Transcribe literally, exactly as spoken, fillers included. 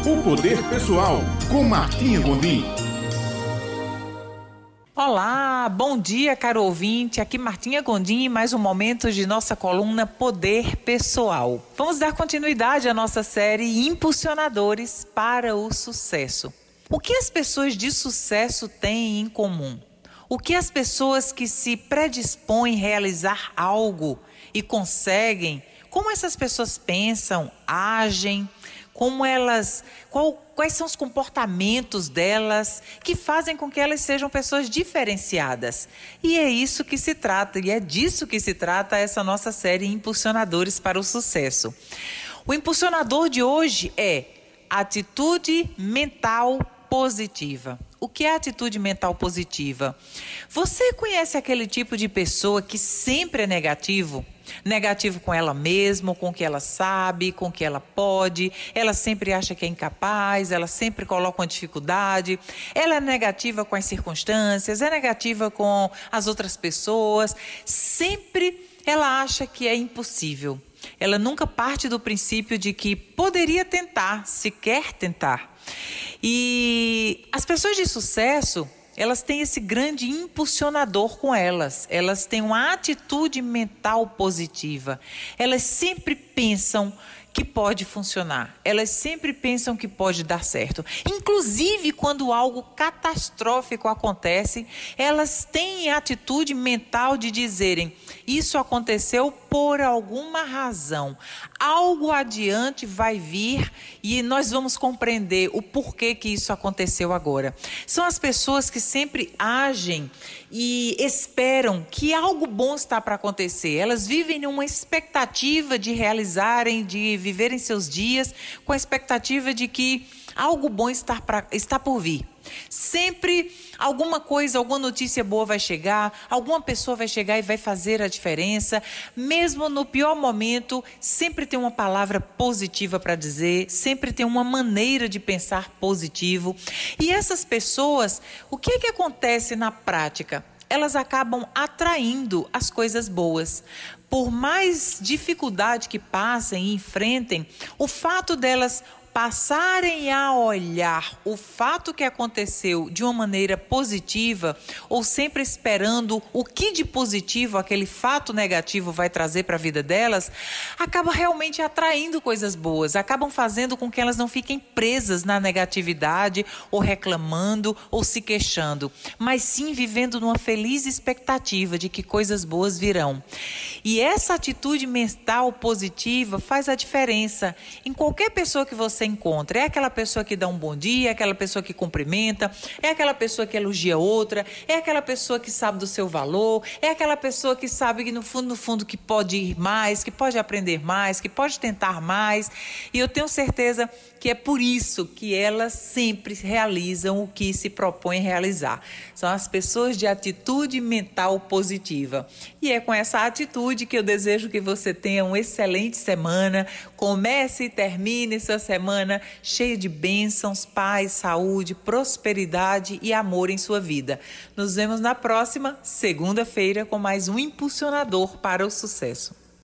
O Poder Pessoal, com Martinha Gondim. Olá, bom dia, caro ouvinte. Aqui Martinha Gondim e mais um momento de nossa coluna Poder Pessoal. Vamos dar continuidade à nossa série Impulsionadores para o Sucesso. O que as pessoas de sucesso têm em comum? O que as pessoas que se predispõem a realizar algo e conseguem, como essas pessoas pensam, agem, como elas, qual, quais são os comportamentos delas que fazem com que elas sejam pessoas diferenciadas. E é isso que se trata, e é disso que se trata essa nossa série Impulsionadores para o Sucesso. O impulsionador de hoje é atitude mental positiva. O que é atitude mental positiva? Você conhece aquele tipo de pessoa que sempre é negativo? Negativo com ela mesma, com o que ela sabe, com o que ela pode. Ela sempre acha que é incapaz, ela sempre coloca uma dificuldade. Ela é negativa com as circunstâncias, é negativa com as outras pessoas. Sempre ela acha que é impossível. Ela nunca parte do princípio de que poderia tentar, se quer tentar. E as pessoas de sucesso, elas têm esse grande impulsionador com elas. Elas têm uma atitude mental positiva. Elas sempre pensam que pode funcionar. Elas sempre pensam que pode dar certo. Inclusive, quando algo catastrófico acontece, elas têm a atitude mental de dizerem: isso aconteceu por alguma razão. Algo adiante vai vir e nós vamos compreender o porquê que isso aconteceu agora. São as pessoas que sempre agem e esperam que algo bom está para acontecer. Elas vivem numa expectativa de realizarem, de viverem seus dias com a expectativa de que algo bom está, pra, está por vir. Sempre alguma coisa, alguma notícia boa vai chegar, alguma pessoa vai chegar e vai fazer a diferença. Mesmo no pior momento, sempre tem uma palavra positiva para dizer, sempre tem uma maneira de pensar positivo. E essas pessoas, o que é que acontece na prática? Elas acabam atraindo as coisas boas. Por mais dificuldade que passem e enfrentem, o fato delas passarem a olhar o fato que aconteceu de uma maneira positiva, ou sempre esperando o que de positivo aquele fato negativo vai trazer para a vida delas, acaba realmente atraindo coisas boas, acabam fazendo com que elas não fiquem presas na negatividade, ou reclamando, ou se queixando, mas sim vivendo numa feliz expectativa de que coisas boas virão. E essa atitude mental positiva faz a diferença em qualquer pessoa que você encontra. É aquela pessoa que dá um bom dia, é aquela pessoa que cumprimenta, é aquela pessoa que elogia outra, é aquela pessoa que sabe do seu valor, é aquela pessoa que sabe que no fundo, no fundo, que pode ir mais, que pode aprender mais, que pode tentar mais. E eu tenho certeza que é por isso que elas sempre realizam o que se propõem realizar. São as pessoas de atitude mental positiva. E é com essa atitude que eu desejo que você tenha uma excelente semana. Comece e termine sua semana cheia de bênçãos, paz, saúde, prosperidade e amor em sua vida. Nos vemos na próxima segunda-feira com mais um Impulsionador para o Sucesso.